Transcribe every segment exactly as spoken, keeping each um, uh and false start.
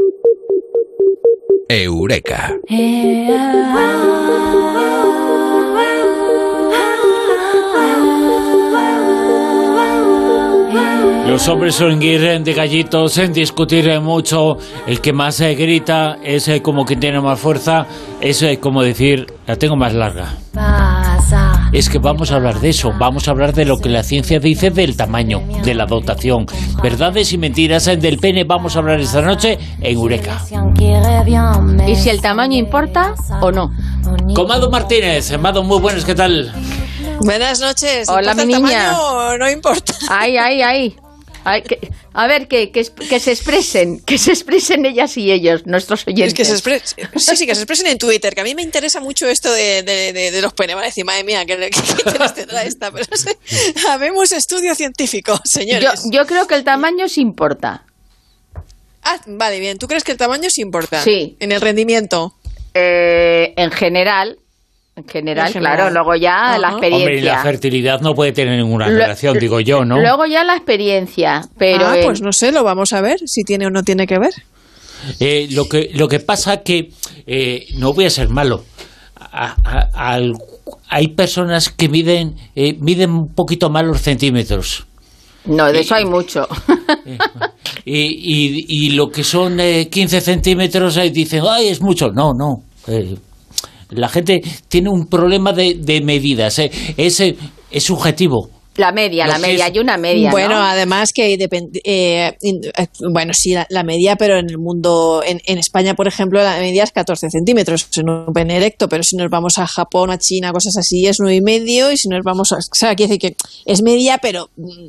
Eureka. Los hombres suelen ir de gallitos, en discutir mucho. El que más eh, grita es eh, como quien tiene más fuerza. Es eh, como decir, la tengo más larga. Es que vamos a hablar de eso. Vamos a hablar de lo que la ciencia dice del tamaño, de la dotación. Verdades y mentiras eh, del pene. Vamos a hablar esta noche en Eureka. ¿Y si el tamaño importa o no? Con Mado Martínez. Mado, muy buenas, ¿qué tal? Buenas noches. Hola, mi el niña. Tamaño, no importa. Ay, ay, ay. Ay, que, a ver, que, que, que se expresen, que se expresen ellas y ellos, nuestros oyentes. Es que se expresen, sí, sí, que se expresen en Twitter, que a mí me interesa mucho esto de, de, de, de los penes. Van a decir, madre mía, ¿qué, qué interés tendrá esta? Pero sí, habemos estudio científico, señores. Yo, yo creo que el tamaño sí importa. Ah, vale, bien. ¿Tú crees que el tamaño sí importa? Sí. En el rendimiento. Eh, en general... En general, en general, claro, luego ya uh-huh. la experiencia. Hombre, y la fertilidad no puede tener ninguna Lo, relación, digo yo, ¿no? Luego ya la experiencia, pero... Ah, en... pues no sé, lo vamos a ver, si tiene o no tiene que ver. Eh, lo que lo que pasa que, eh, no voy a ser malo, a, a, a, hay personas que miden, eh, miden un poquito mal los centímetros. No, de y, eso hay mucho. Eh, y, y, y lo que son eh, quince centímetros, eh, dicen, ay, es mucho. No, no, eh, la gente tiene un problema de, de medidas, ¿eh? es, es subjetivo. La media, Lo la media, es... hay una media, Bueno, ¿no? además que depende, eh, bueno, sí, la, la media, pero en el mundo, en, en España, por ejemplo, la media es catorce centímetros, en un pene erecto, pero si nos vamos a Japón, a China, cosas así, es nueve y medio, y si nos vamos a, o sea, quiere decir que es media, pero,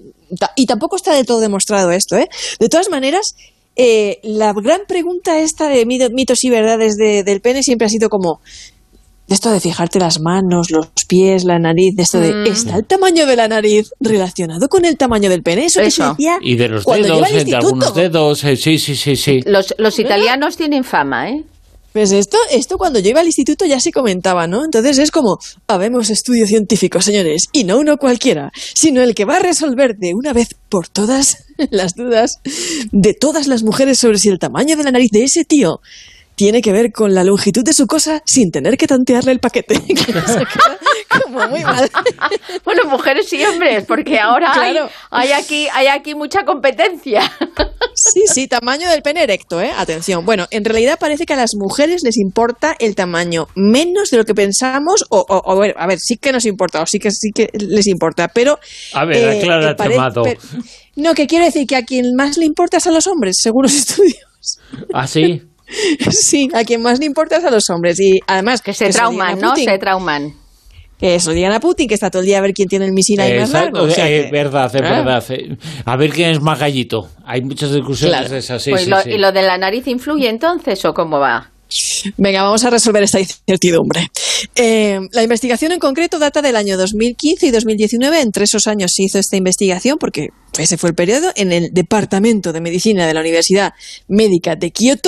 y tampoco está de todo demostrado esto, ¿eh? De todas maneras, eh, la gran pregunta esta de mitos y verdades de, del pene siempre ha sido como, esto de fijarte las manos, los pies, la nariz, de esto de, mm. ¿está el tamaño de la nariz relacionado con el tamaño del pene? Eso, Eso. que se decía y de los dedos, eh, de algunos dedos, eh, sí, sí, sí, sí. Los, los italianos tienen fama, ¿eh? Pues esto, esto cuando yo iba al instituto ya se comentaba, ¿no? Entonces es como, habemos estudio científico, señores, y no uno cualquiera, sino el que va a resolver de una vez por todas las dudas de todas las mujeres sobre si el tamaño de la nariz de ese tío tiene que ver con la longitud de su cosa sin tener que tantearle el paquete. Que se queda como muy mal. Bueno, mujeres y hombres, porque ahora claro. hay, hay, aquí, hay aquí mucha competencia. Sí, sí, tamaño del pene erecto, ¿eh? Atención. Bueno, en realidad parece que a las mujeres les importa el tamaño menos de lo que pensamos, o, o, o a ver, sí que nos importa, o sí que sí que les importa, pero... A ver, eh, aclárate, pare- Mato. Pero, no, que quiero decir que a quien más le importa es a los hombres, según los estudios. ¿Ah, sí? Sí, a quien más le importa es a los hombres. Y además que se que trauman, ¿no? Se trauman. Que eso digan a Putin, que está todo el día a ver quién tiene el misil ahí más largo. O sea, que, es verdad, es ¿eh? verdad. A ver quién es más gallito. Hay muchas discusiones claro. esas. Sí, pues sí, lo, sí. ¿Y lo de la nariz influye entonces o cómo va? Venga, vamos a resolver esta incertidumbre. Eh, la investigación en concreto data del año dos mil quince y dos mil diecinueve. Entre esos años se hizo esta investigación porque ese fue el periodo en el Departamento de Medicina de la Universidad Médica de Kioto.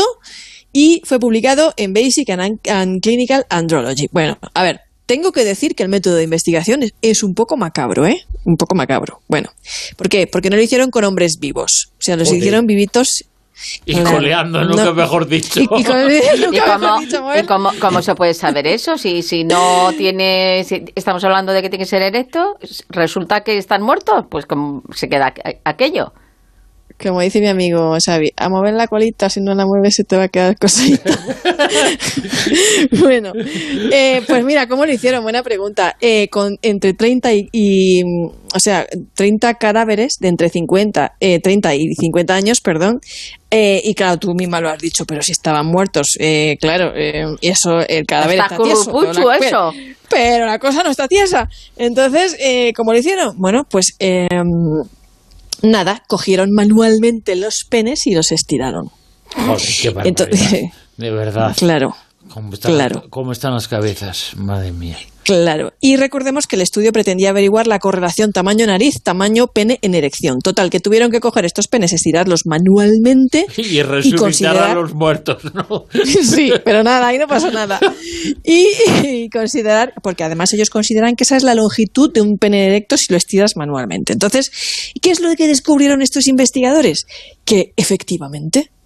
Y fue publicado en Basic and, and Clinical Andrology. Bueno, a ver, tengo que decir que el método de investigación es, es un poco macabro, ¿eh? Un poco macabro. Bueno, ¿por qué? Porque no lo hicieron con hombres vivos. O sea, los Joder. hicieron vivitos... Y claro, coleando, nunca no, mejor dicho. ¿Y, y, con, ¿y, cómo, dicho, ¿y cómo, cómo se puede saber eso? Si, si no tiene... Si estamos hablando de que tiene que ser erecto, resulta que están muertos, pues como se queda aquello. Como dice mi amigo Xavi, a mover la colita, si no la mueves se te va a quedar cosita. Bueno, eh, pues mira, ¿cómo lo hicieron? Buena pregunta. Eh, con entre treinta y, y, o sea, treinta cadáveres de entre cincuenta, eh, treinta y cincuenta años, perdón. Eh, y claro, tú misma lo has dicho, pero si estaban muertos, eh, claro, eh, eso, el cadáver está, está tieso. Pero la, eso. Pero, pero la cosa no está tiesa. Entonces, eh, ¿cómo lo hicieron? Bueno, pues... Eh, nada, cogieron manualmente los penes y los estiraron. Joder, qué barbaridad. Entonces, de verdad. Claro. ¿Cómo están, claro. ¿Cómo están las cabezas? Madre mía. Claro. Y recordemos que el estudio pretendía averiguar la correlación tamaño-nariz, tamaño-pene en erección. Total, que tuvieron que coger estos penes, estirarlos manualmente y resucitar y considerar... a los muertos, ¿no? Sí, pero nada, ahí no pasó nada. Y, y considerar, porque además ellos consideran que esa es la longitud de un pene erecto si lo estiras manualmente. Entonces, ¿qué es lo que descubrieron estos investigadores? Que efectivamente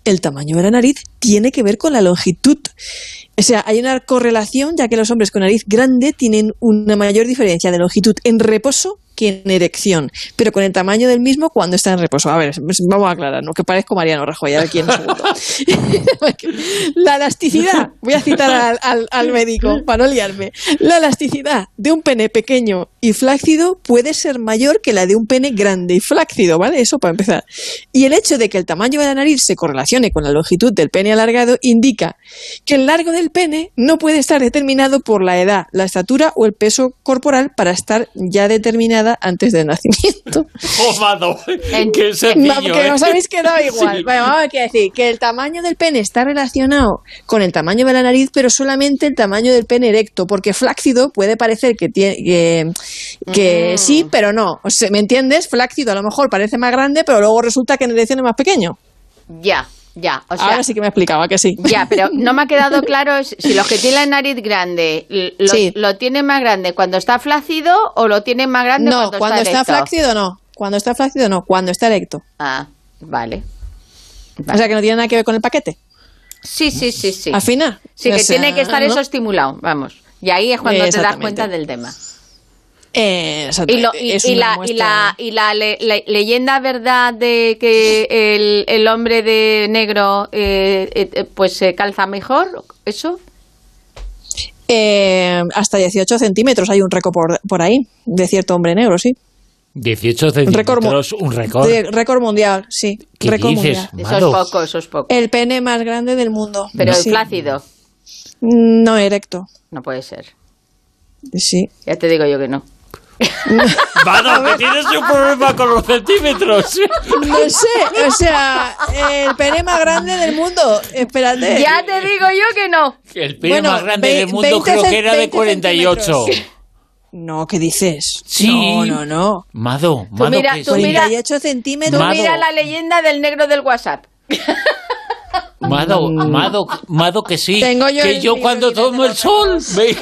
el tamaño de la nariz tiene que ver con la longitud. O sea, hay una correlación, ya que los hombres con nariz grande tienen una mayor diferencia de longitud en reposo que en erección, pero con el tamaño del mismo cuando está en reposo. A ver, vamos a aclarar, ¿no? Que parezco Mariano Rajoy aquí en un segundo. La elasticidad, voy a citar al, al, al médico para no liarme, la elasticidad de un pene pequeño y flácido puede ser mayor que la de un pene grande y flácido, ¿vale? Eso para empezar. Y el hecho de que el tamaño de la nariz se correlacione con la longitud del pene alargado indica que el largo del pene no puede estar determinado por la edad, la estatura o el peso corporal para estar ya determinada antes del nacimiento. ¡Oh, mano! ¡Qué sencillo! No, que ¿eh? no sabéis que da igual. Sí. Bueno, vamos a decir que el tamaño del pene está relacionado con el tamaño de la nariz, pero solamente el tamaño del pene erecto, porque flácido puede parecer que tiene que, que mm. sí, pero no. O sea, ¿me entiendes? Flácido a lo mejor parece más grande, pero luego resulta que en erección es más pequeño. Ya. Ya, o sea, ahora sí que me explicaba que sí. Ya, pero no me ha quedado claro si los que tienen la nariz grande lo, sí. lo tienen más grande cuando está flácido o lo tienen más grande no, cuando, cuando está erecto. No, cuando está flácido no. Cuando está flácido no, cuando está erecto. Ah, vale. vale. O sea que no tiene nada que ver con el paquete. Sí, sí, sí, sí. ¿Al final? Sí, o que sea, tiene que estar ¿no? eso estimulado, vamos. Y ahí es cuando te das cuenta del tema. Eh, y, lo, y, y, la, y la y la le, le, leyenda verdad de que el, el hombre de negro eh, eh, pues se calza mejor, ¿eso? Eh, hasta dieciocho centímetros hay un récord por, por ahí de cierto hombre negro, sí. dieciocho centímetros, un récord. De, récord mundial, sí. ¿Qué récord dices? Mundial. Eso es poco, eso es poco. El pene más grande del mundo. Pero sí. flácido. No, erecto. No puede ser. Sí. Ya te digo yo que no. Mano, que tienes un problema con los centímetros. No sé, o sea, el pene más grande del mundo. Espérate. Ya te digo yo que no. El pene bueno, más grande del mundo creo que era de cuarenta y ocho. No, ¿qué dices? Sí. No, no, no. Mado, Mado. Tú mira, tú mira, cuarenta y ocho centímetros. Tú mira la leyenda del negro del WhatsApp. Mado, Mado, Mado que sí. Tengo yo que yo cuando tomo el sol.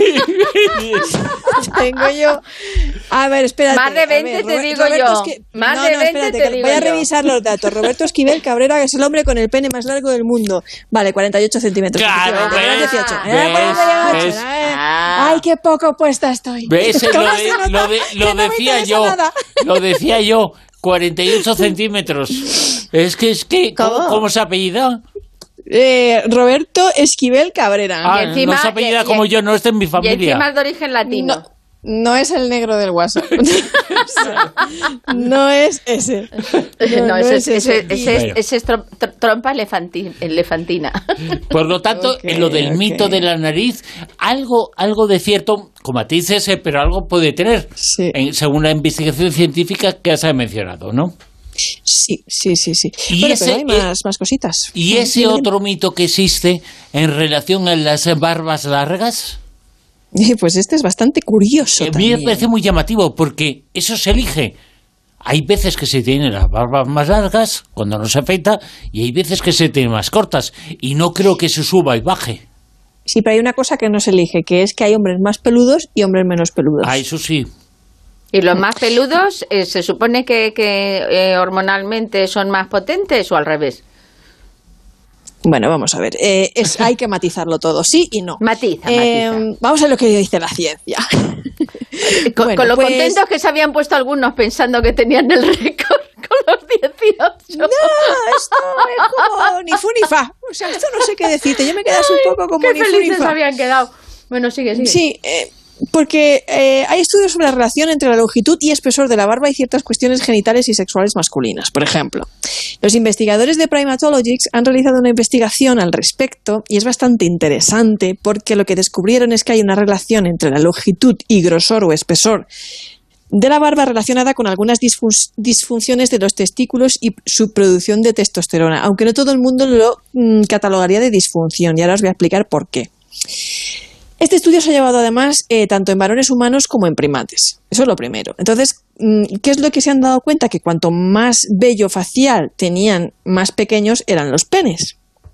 Tengo yo. A ver, espérate. Más de veinte ver, te digo Roberto yo. Esqui... Más no, de no, veinte espérate, te digo voy a yo. revisar los datos. Roberto Esquivel Cabrera, que es el hombre con el pene más largo del mundo. Vale, cuarenta y ocho centímetros. Claro, ¿ves? dieciocho. ¿Ves? ¿Ves? Ah. Ay, qué poco puesta estoy. ¿Ves? Lo, de, lo, de, lo no decía yo. Nada. Lo decía yo. cuarenta y ocho centímetros. Es que, es que, ¿cómo, ¿Cómo? ¿cómo se apellida? Eh, Roberto Esquivel Cabrera. Ah, y encima, no se apellida y, como y, yo, no está en mi familia. Y encima es de origen latino. No, no es el negro del WhatsApp. No es ese. No, No, no ese, es ese, ese. ese, Bueno. ese es trom- tr- trompa elefanti- elefantina. Por lo tanto, Ok, en lo del ok. mito de la nariz, algo, algo de cierto, como a ti dices, eh, pero algo puede tener, Sí. en- según la investigación científica que has mencionado, ¿no? Sí, sí, sí, sí. Y Bueno, ese- pero hay más, más cositas. ¿Y ese Dime, otro mito que existe en relación a las barbas largas? dime. Pues este es bastante curioso A mí también. me parece muy llamativo porque eso se elige. Hay veces que se tienen las barbas más largas cuando no se afeita y hay veces que se tienen más cortas y no creo que se suba y baje. Sí, pero hay una cosa que no se elige, que es que hay hombres más peludos y hombres menos peludos. Ah, eso sí. ¿Y los más peludos eh, se supone que, que eh, hormonalmente son más potentes o al revés? Bueno, vamos a ver. Eh, es, hay que matizarlo todo, sí y no. Matiza, Eh, matiza. vamos a lo que dice la ciencia. Con, Bueno, con lo pues- contentos que se habían puesto algunos pensando que tenían el récord con los dieciocho. No, esto es como ni fu ni fa. O sea, esto no sé qué decirte. Yo me quedas un poco como Qué ni fu ni felices fa. habían quedado. Bueno, sigue, sigue. Sí, eh, porque eh, hay estudios sobre la relación entre la longitud y espesor de la barba y ciertas cuestiones genitales y sexuales masculinas. Por ejemplo, los investigadores de Primatologics han realizado una investigación al respecto y es bastante interesante porque lo que descubrieron es que hay una relación entre la longitud y grosor o espesor de la barba relacionada con algunas disfun- disfunciones de los testículos y su producción de testosterona, aunque no todo el mundo lo mm, catalogaría de disfunción, y ahora os voy a explicar por qué. Este estudio se ha llevado además eh, tanto en varones humanos como en primates. Eso es lo primero. Entonces, ¿qué es lo que se han dado cuenta? Que cuanto más vello facial tenían, más pequeños eran los penes.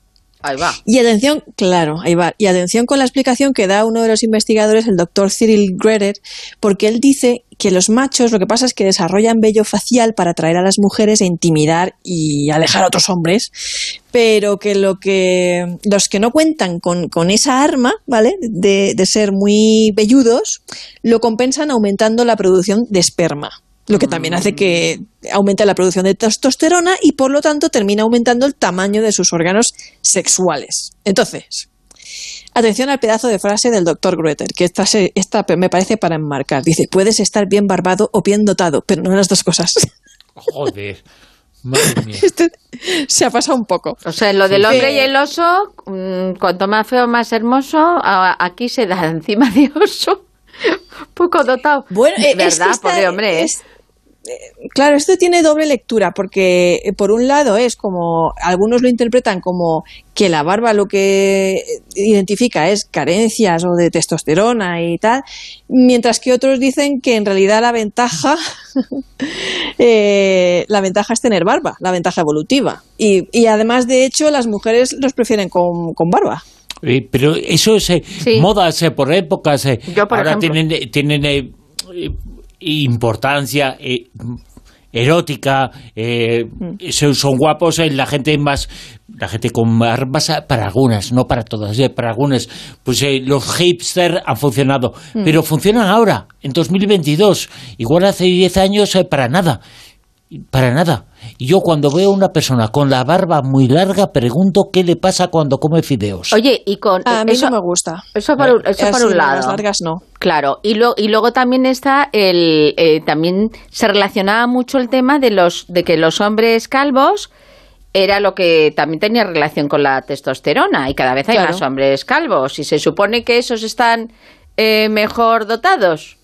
Ahí va. Y atención, claro, ahí va. Y atención con la explicación que da uno de los investigadores, el doctor Cyril Greter, porque él dice que los machos lo que pasa es que desarrollan vello facial para atraer a las mujeres e intimidar y alejar a otros hombres, pero que lo que los que no cuentan con, con esa arma, ¿vale? De, de ser muy velludos, lo compensan aumentando la producción de esperma, lo que también hace que aumente la producción de testosterona y por lo tanto termina aumentando el tamaño de sus órganos sexuales. Entonces, atención al pedazo de frase del doctor Greter, que esta, se, esta me parece para enmarcar. Dice, puedes estar bien barbado o bien dotado, pero no las dos cosas. Joder, madre mía. Este se ha pasado un poco. O sea, lo del hombre Eh, y el oso, mmm, cuanto más feo, más hermoso, a, aquí se da encima de oso, poco dotado. Bueno, eh, ¿verdad? es que esta, Pobre hombre, es, eh, claro, esto tiene doble lectura, porque eh, por un lado es como, algunos lo interpretan como que la barba lo que identifica es carencias o de testosterona y tal, mientras que otros dicen que en realidad la ventaja, eh, la ventaja es tener barba, la ventaja evolutiva. Y, y además, de hecho, las mujeres los prefieren con, con barba. Eh, pero eso es eh, Sí. modas eh, por épocas. eh. Yo, por Ahora ejemplo. tienen, eh, tienen eh, eh, importancia eh, erótica, eh, son, son guapos, eh, la gente más, la gente con barbas, eh, para algunas, no para todas, eh, para algunas, pues eh, los hipster han funcionado, pero funcionan ahora, en dos mil veintidós, igual hace diez años eh, para nada. Para nada. Y yo cuando veo a una persona con la barba muy larga, pregunto qué le pasa cuando come fideos. Oye, y con A mí eso, no me gusta. eso por, un- eso por Así, un lado. las largas no. Claro, y, lo, y luego también está el, eh, también se relacionaba mucho el tema de los, de que los hombres calvos era lo que también tenía relación con la testosterona y cada vez hay Claro. más hombres calvos y se supone que esos están eh, mejor dotados.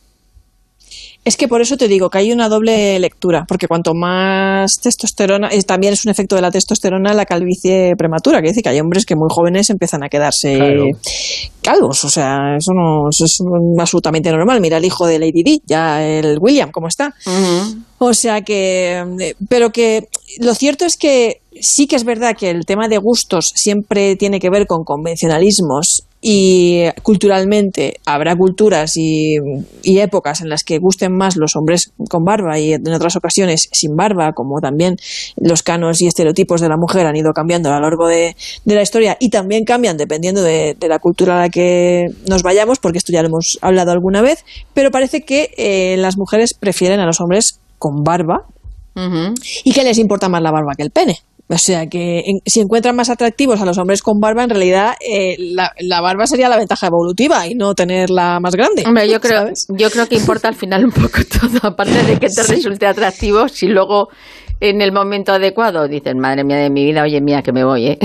Es que por eso te digo que hay una doble lectura, porque cuanto más testosterona, eh, también es un efecto de la testosterona la calvicie prematura, que dice que hay hombres que muy jóvenes empiezan a quedarse Claro. calvos, o sea, eso no eso es absolutamente normal. Mira el hijo de Lady Di, ya el William, cómo está. Ujú. O sea que, eh, pero que lo cierto es que sí que es verdad que el tema de gustos siempre tiene que ver con convencionalismos y culturalmente habrá culturas y, y épocas en las que gusten más los hombres con barba y en otras ocasiones sin barba, como también los canos y estereotipos de la mujer han ido cambiando a lo largo de, de la historia y también cambian dependiendo de, de la cultura a la que nos vayamos, porque esto ya lo hemos hablado alguna vez, pero parece que eh, las mujeres prefieren a los hombres con barba Ujú. y que les importa más la barba que el pene. O sea que en- si encuentran más atractivos a los hombres con barba, en realidad eh, la, la barba sería la ventaja evolutiva y no tenerla más grande. Hombre, yo creo, ¿sabes? yo creo que importa al final un poco todo, aparte de que te resulte atractivo, si luego en el momento adecuado dices, madre mía de mi vida, oye mía, que me voy, ¿eh?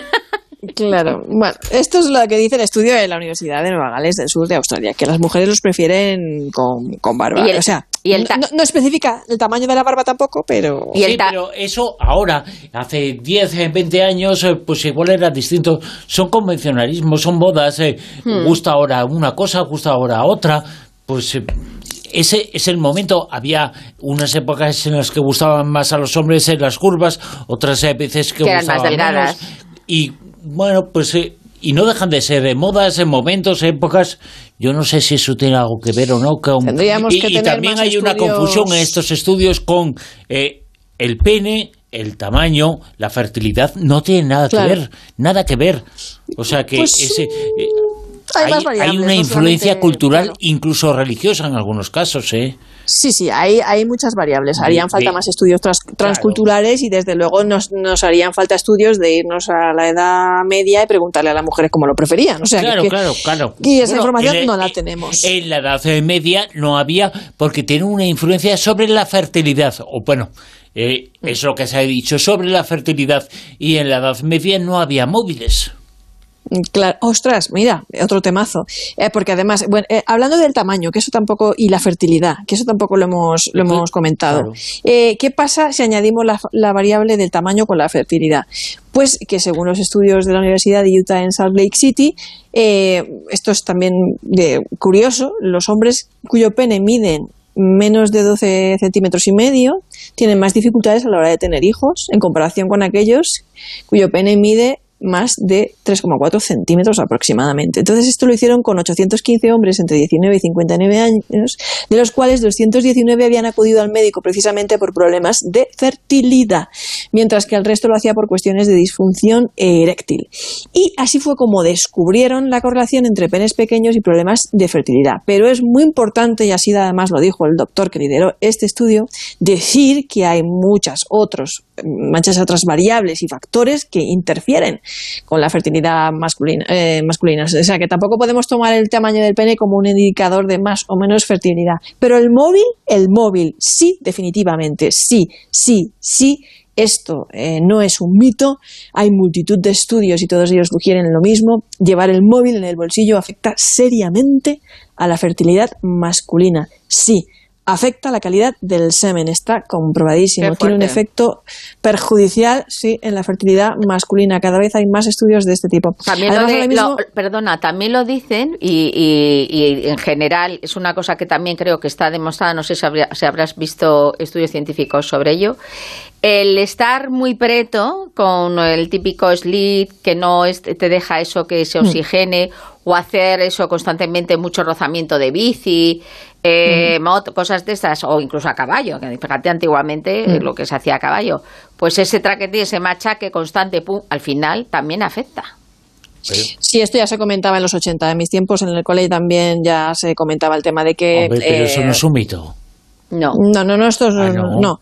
Claro. Bueno, esto es lo que dice el estudio de la Universidad de Nueva Gales del Sur de Australia, que las mujeres los prefieren con, con barba. Y el- o sea, y el ta- no, no especifica el tamaño de la barba tampoco, pero... Y el Sí, ta- pero eso ahora, hace diez, veinte años, eh, pues igual era distinto. Son convencionalismos, son modas. eh, Gusta ahora una cosa, gusta ahora otra. Pues eh, ese es el momento. Había unas épocas en las que gustaban más a los hombres en las curvas, otras eh, veces que, Que eran más gustaban delgadas. menos. Y bueno, pues... eh, y no dejan de ser eh, modas, en momentos, épocas. Yo no sé si eso tiene algo que ver o no. Con, Tendríamos y, que y tener también más hay una estudios. confusión en estos estudios con eh, el pene, el tamaño, la fertilidad. No tiene nada Claro. que ver, nada que ver. O sea que Pues, ese, eh, hay hay, más variables, hay una no influencia solamente- cultural, claro. incluso religiosa en algunos casos, ¿eh? Sí, sí, hay, hay muchas variables. Harían Mi- falta mi- más estudios trans- transculturales y desde luego nos, nos harían falta estudios de irnos a la Edad Media y preguntarle a las mujeres cómo lo preferían. O sea, Claro, que- claro, claro. Y esa información en el- no la tenemos. En la Edad Media no había, porque tiene una influencia sobre la fertilidad. O bueno, eh, es lo que se ha dicho sobre la fertilidad. Y en la Edad Media no había móviles. Claro, ostras, mira, otro temazo. Eh, porque además, bueno, eh, hablando del tamaño, que eso tampoco, y la fertilidad, que eso tampoco lo hemos, lo hemos comentado. Claro. Eh, ¿Qué pasa si añadimos la, la variable del tamaño con la fertilidad? Pues que según los estudios de la Universidad de Utah en Salt Lake City, eh, esto es también eh, curioso, los hombres cuyo pene miden menos de doce centímetros y medio tienen más dificultades a la hora de tener hijos en comparación con aquellos cuyo pene mide más de tres coma cuatro centímetros aproximadamente. Entonces esto lo hicieron con ochocientos quince hombres entre diecinueve y cincuenta y nueve años, de los cuales doscientos diecinueve habían acudido al médico precisamente por problemas de fertilidad, mientras que el resto lo hacía por cuestiones de disfunción eréctil. Y así fue como descubrieron la correlación entre penes pequeños y problemas de fertilidad. Pero es muy importante, y así además lo dijo el doctor que lideró este estudio, decir que hay muchas otros, muchas otras variables y factores que interfieren con la fertilidad masculina, eh, masculina. O sea, que tampoco podemos tomar el tamaño del pene como un indicador de más o menos fertilidad. Pero el móvil, el móvil, sí, definitivamente, sí, sí, sí. Esto eh, no es un mito, hay multitud de estudios y todos ellos sugieren lo mismo. Llevar el móvil en el bolsillo afecta seriamente a la fertilidad masculina. Sí, afecta la calidad del semen, está comprobadísimo. Tiene un efecto perjudicial, sí, en la fertilidad masculina. Cada vez hay más estudios de este tipo. También Además, lo de, mismo... lo, perdona, también lo dicen y, y, y en general es una cosa que también creo que está demostrada, no sé si, habría, si habrás visto estudios científicos sobre ello, el estar muy preto con el típico slit que no es, te deja eso que se oxigene, mm. o hacer eso constantemente, mucho rozamiento de bici, eh, mm. moto, cosas de estas, o incluso a caballo, que fíjate antiguamente mm. lo que se hacía a caballo, pues ese traquete, ese machaque constante, pum, al final también afecta. Sí, esto ya se comentaba en los ochenta, en mis tiempos en el cole también ya se comentaba el tema de que... Hombre, pero eh, eso no es un mito. No, no, no, no esto es, ah, no. no.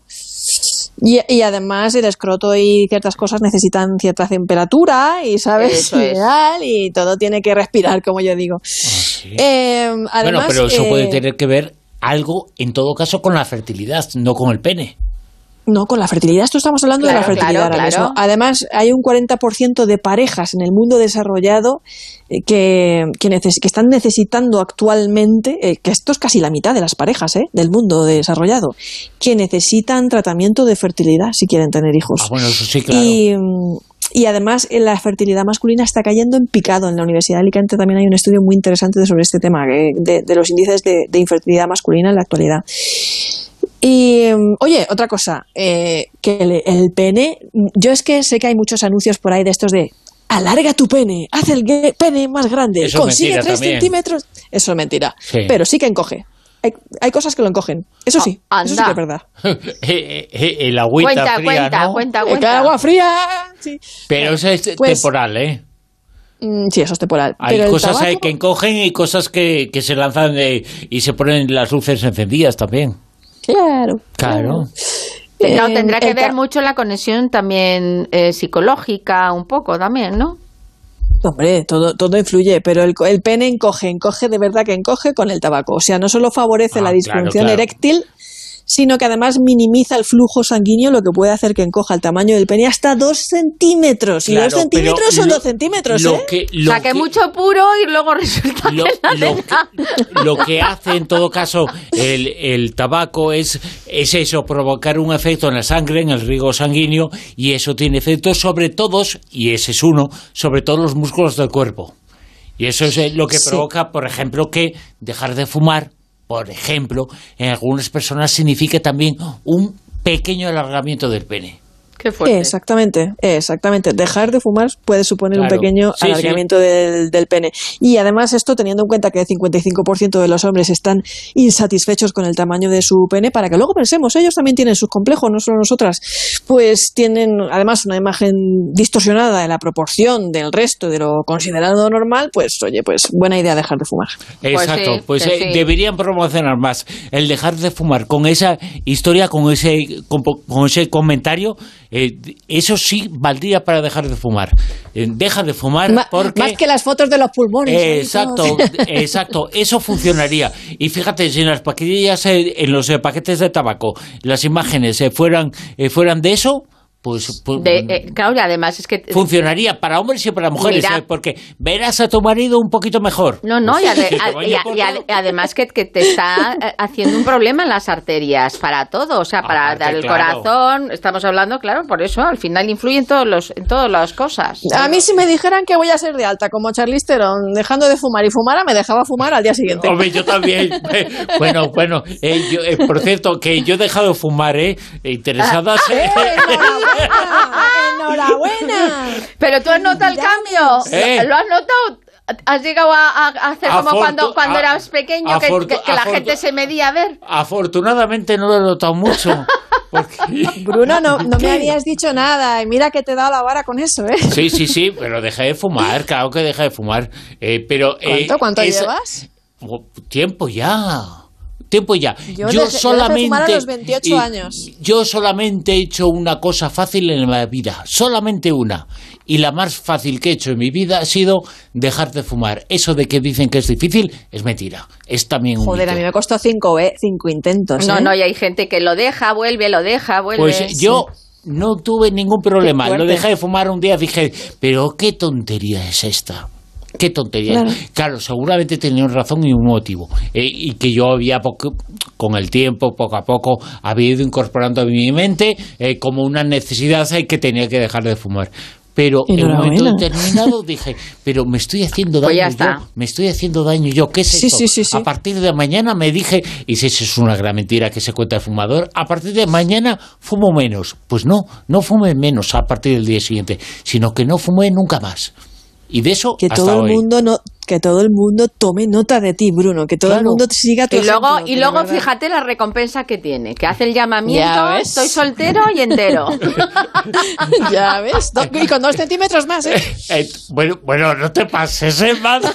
Y, y además el escroto y ciertas cosas necesitan cierta temperatura y, ¿sabes? Ideal, y todo tiene que respirar, como yo digo. Ah, ¿sí? eh, además, bueno, pero eso eh, puede tener que ver algo, en todo caso, con la fertilidad, no con el pene. No, con la fertilidad. Esto estamos hablando claro, de la fertilidad claro, ahora claro. mismo. Además, hay un cuarenta por ciento de parejas en el mundo desarrollado eh, que, que, neces- que están necesitando actualmente, eh, que esto es casi la mitad de las parejas eh, del mundo desarrollado, que necesitan tratamiento de fertilidad si quieren tener hijos. Ah, bueno, eso sí, claro. Y, y además, la fertilidad masculina está cayendo en picado. En la Universidad de Alicante también hay un estudio muy interesante sobre este tema, eh, de, de los índices de, de infertilidad masculina en la actualidad. Y, oye, otra cosa, eh, que el, el pene, yo es que sé que hay muchos anuncios por ahí de estos de alarga tu pene, haz el pene más grande, eso consigue tres también. centímetros. Eso es mentira, sí. Pero sí que encoge. Hay, hay cosas que lo encogen, eso sí, oh, eso sí que es verdad. El agüita cuenta, fría, cuenta, ¿no? cuenta, El cuenta. agua fría, sí. Pero eso es pues, temporal, ¿eh? Sí, eso es temporal. Hay pero cosas tabaco... que encogen y cosas que, que se lanzan de, y se ponen las luces encendidas también. Claro. Claro. Claro, tendrá que el ver ta- mucho la conexión también eh, psicológica, un poco también, ¿no? Hombre, todo, todo influye, pero el, el pene encoge, encoge de verdad que encoge con el tabaco. O sea, no solo favorece Ah, la disfunción claro, claro. eréctil, sino que además minimiza el flujo sanguíneo, lo que puede hacer que encoja el tamaño del pene hasta dos centímetros. Y Claro, dos centímetros pero son lo- dos centímetros, lo ¿eh? que- O lo sea, que, que- mucho puro y luego resulta Lo, que no lo hace nada. que, lo que hace en todo caso el, el tabaco es, es eso, provocar un efecto en la sangre, en el riego sanguíneo, y eso tiene efectos sobre todos, y ese es uno, sobre todos los músculos del cuerpo. Y eso es lo que Sí. provoca, por ejemplo, que dejar de fumar, por ejemplo, en algunas personas significa también un pequeño alargamiento del pene. Qué fuerte. Exactamente, exactamente. Dejar de fumar puede suponer Claro. un pequeño Sí, alargamiento del, del pene. Y además esto teniendo en cuenta que el cincuenta y cinco por ciento de los hombres están insatisfechos con el tamaño de su pene, para que luego pensemos, ellos también tienen sus complejos, no solo nosotras, pues tienen además una imagen distorsionada de la proporción del resto de lo considerado normal, pues oye, pues buena idea dejar de fumar. Exacto, sí, pues sí, eh, sí. deberían promocionar más el dejar de fumar con esa historia, con ese con, con ese comentario. Eh, eso sí valdría para dejar de fumar. Eh, deja de fumar Ma- porque Más que las fotos de los pulmones. Eh, ahí exacto, todos. exacto, eso funcionaría. Y fíjate, si en las paquetillas, eh, en los eh, paquetes de tabaco, las imágenes eh, fueran eh, fueran de eso, pues, pues De, eh, claro, y además es que... funcionaría para hombres y para mujeres, Mira. ¿eh? Porque verás a tu marido un poquito mejor. No, no, y, ade- Que te a- vaya y a- por y a- todo. y además que, que te está eh, haciendo un problema en las arterias para todo, o sea, para Aparte, el claro. corazón, estamos hablando, claro, por eso al final influye en, todos los, en todas las cosas. A mí si me dijeran que voy a ser de alta como Charlize Theron, dejando de fumar y fumara, me dejaba fumar al día siguiente. Hombre, yo también. Bueno, bueno, eh, yo, eh, por cierto, que yo he dejado de fumar, ¿eh? Interesadas. ¡Eh, enhorabuena! ¡Enhorabuena! Pero tú has notado el cambio. ¿Eh? ¿Lo has notado? ¿Has llegado a, a hacer como Afortu- cuando, cuando a- eras pequeño, que, afortu- que- que la afortu- gente se medía a ver? Afortunadamente no lo he notado mucho. Porque... Bruno, no, no me habías dicho nada y mira que te he dado la vara con eso, ¿eh? Sí, sí, sí, pero dejé de fumar, claro que dejé de fumar. Eh, pero, eh, ¿Cuánto? ¿Cuánto esa- llevas? Oh, tiempo ya. Tiempo ya. Yo dejé- yo dejé de fumar a los veintiocho y- años. Yo solamente he hecho una cosa fácil en la vida, solamente una. Y la más fácil que he hecho en mi vida ha sido dejar de fumar. Eso de que dicen que es difícil es mentira. Es también un Joder, mito. a mí me costó cinco, eh, cinco intentos. No, ¿eh? no, y hay gente que lo deja, vuelve, lo deja, vuelve. Pues yo no tuve ningún problema. Qué fuerte. Lo dejé de fumar un día, dije, pero qué tontería es esta. Qué tontería. Claro. Claro, seguramente tenían razón y un motivo. Eh, y que yo había, poco, con el tiempo, poco a poco, había ido incorporando a mi mente eh, como una necesidad eh, que tenía que dejar de fumar. Pero en un momento Enhorabuena. determinado dije, pero me estoy haciendo daño Pues ya yo, está. me estoy haciendo daño yo, ¿qué es Sí, esto? sí, sí, sí. A partir de mañana me dije, y si eso es una gran mentira que se cuenta el fumador, a partir de mañana fumo menos. Pues no, no fume menos a partir del día siguiente, sino que no fume nunca más. Y de eso Que hasta todo el hoy. mundo no, que todo el mundo tome nota de ti, Bruno, que todo el Claro. mundo te siga tu Y luego, ejemplo, y de luego verdad. fíjate la recompensa que tiene, que hace el llamamiento, Ya ves. estoy soltero y entero. Ya ves, Do- y con dos centímetros más, ¿eh? Eh, bueno, bueno, no te pases, ¿eh, Mado?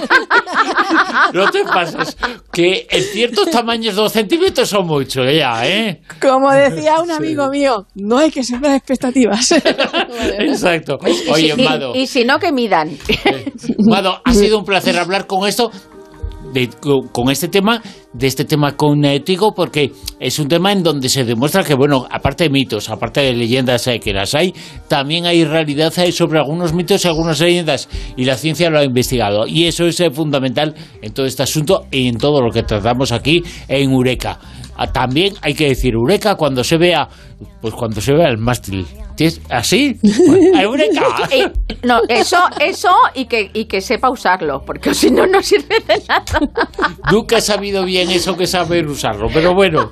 No te pases. Que en ciertos tamaños dos centímetros son mucho, ya, ¿eh? Como decía un amigo mío, no hay que sembrar expectativas. Exacto. Y Oye, si- y- Mado, y si no, que midan. Mado, ha sido un placer hablar con esto. De, con, con este tema, de este tema contigo, porque es un tema en donde se demuestra que, bueno, aparte de mitos, aparte de leyendas eh, que las hay, también hay realidad eh, sobre algunos mitos y algunas leyendas, y la ciencia lo ha investigado, y eso es eh, fundamental en todo este asunto y en todo lo que tratamos aquí en Eureka. Ah, también hay que decir Eureka cuando se vea, pues cuando se vea el mástil. ¿Tienes- ¿Así? Bueno, ¡Eureka! Eh, no, eso, eso y que, y que sepa usarlo, porque si no, no sirve de nada. Nunca he sabido bien eso que saber usarlo, pero bueno.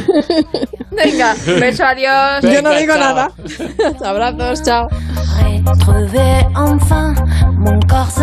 Venga, beso, adiós. Yo no Venga, digo chao. nada. Abrazos, chao. Retrouver enfin mon corps